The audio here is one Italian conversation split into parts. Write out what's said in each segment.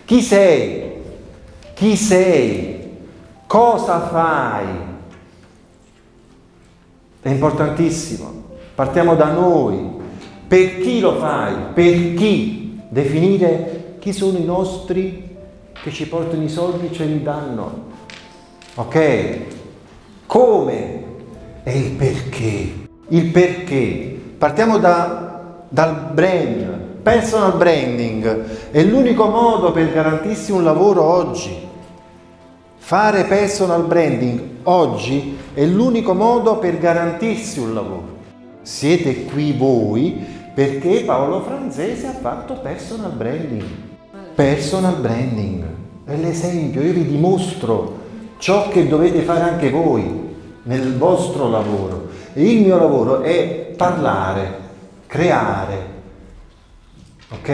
Chi sei? Chi sei? Cosa fai? È importantissimo. Partiamo da noi. Per chi lo fai? Per chi? Definire chi sono i nostri che ci portano i soldi e ce li danno. Ok? Come? E il perché. Il perché. Partiamo dal brand. Personal branding è l'unico modo per garantirsi un lavoro oggi. Fare personal branding oggi è l'unico modo per garantirsi un lavoro. Siete qui voi perché Paolo Franzese ha fatto personal branding. Personal branding è l'esempio, io vi dimostro ciò che dovete fare anche voi nel vostro lavoro. E il mio lavoro è parlare, creare. Ok?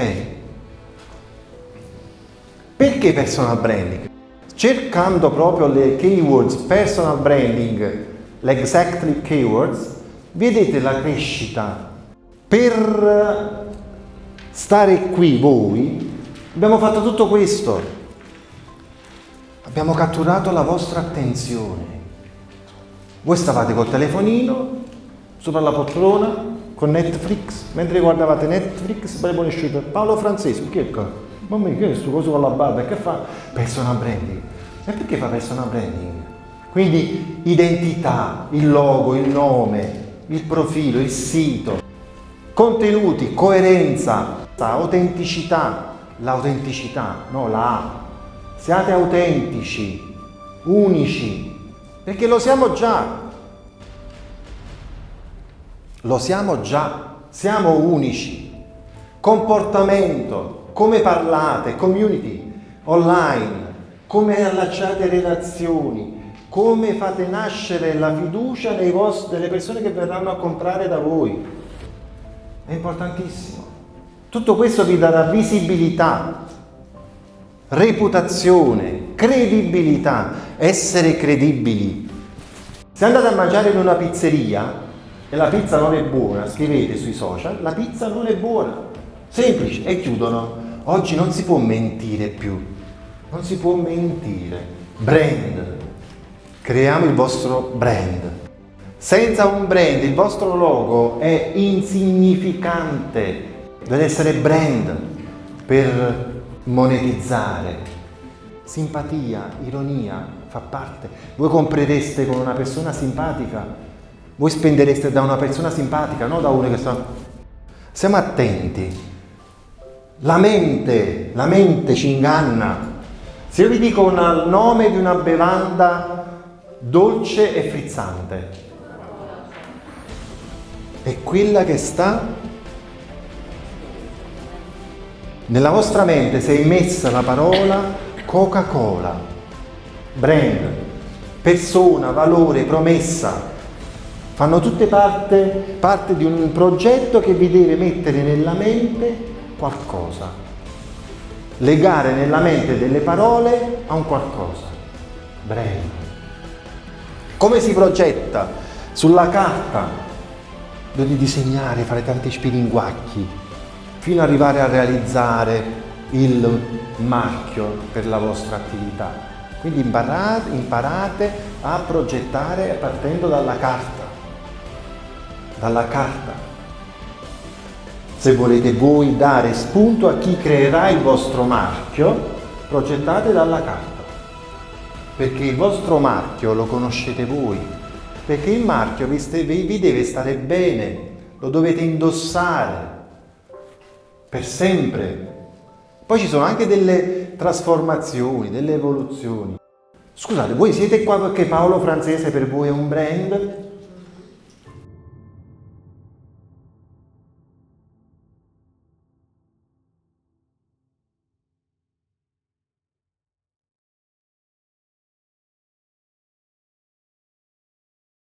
Perché personal branding? Cercando proprio le keywords personal branding, le exactly keywords, vedete la crescita. Per stare qui voi abbiamo fatto tutto questo. Abbiamo catturato la vostra attenzione. Voi stavate col telefonino sopra la poltrona con Netflix, mentre guardavate Netflix, poi conosciute Paolo Franzese, che è? Mamma mia, che è questo coso con la barba? E che fa? Personal branding. E perché fa personal branding? Quindi identità, il logo, il nome, il profilo, il sito, contenuti, coerenza, autenticità, l'autenticità, no, la A. Siate autentici, unici, perché lo siamo già. Lo siamo già, siamo unici. Comportamento, come parlate, community, online, come allacciate relazioni, come fate nascere la fiducia delle persone che verranno a comprare da voi. È importantissimo. Tutto questo vi darà visibilità, reputazione, credibilità, essere credibili. Se andate a mangiare in una pizzeria e la pizza non è buona, scrivete sui social, la pizza non è buona. Semplice, e chiudono. Oggi non si può mentire più. Non si può mentire. Brand. Creiamo il vostro brand. Senza un brand, il vostro logo è insignificante. Deve essere brand per monetizzare. Simpatia, ironia, fa parte. Voi comprereste con una persona simpatica. Voi spendereste da una persona simpatica, non da uno che sta... Siamo attenti. La mente ci inganna. Se io vi dico il nome di una bevanda dolce e frizzante, è quella che sta nella vostra mente. Se è immessa la parola Coca-Cola, brand, persona, valore, promessa, fanno tutte parte di un progetto che vi deve mettere nella mente qualcosa, legare nella mente delle parole a un qualcosa. Brand. Come si progetta? Sulla carta dovete disegnare, fare tanti spiringuacchi fino ad arrivare a realizzare il marchio per la vostra attività. Quindi imparate a progettare partendo dalla carta. Dalla carta. Se volete voi dare spunto a chi creerà il vostro marchio, progettate dalla carta. Perché il vostro marchio lo conoscete voi. Perché il marchio vi deve stare bene, lo dovete indossare per sempre. Poi ci sono anche delle trasformazioni, delle evoluzioni. Scusate, voi siete qua perché Paolo Franzese per voi è un brand?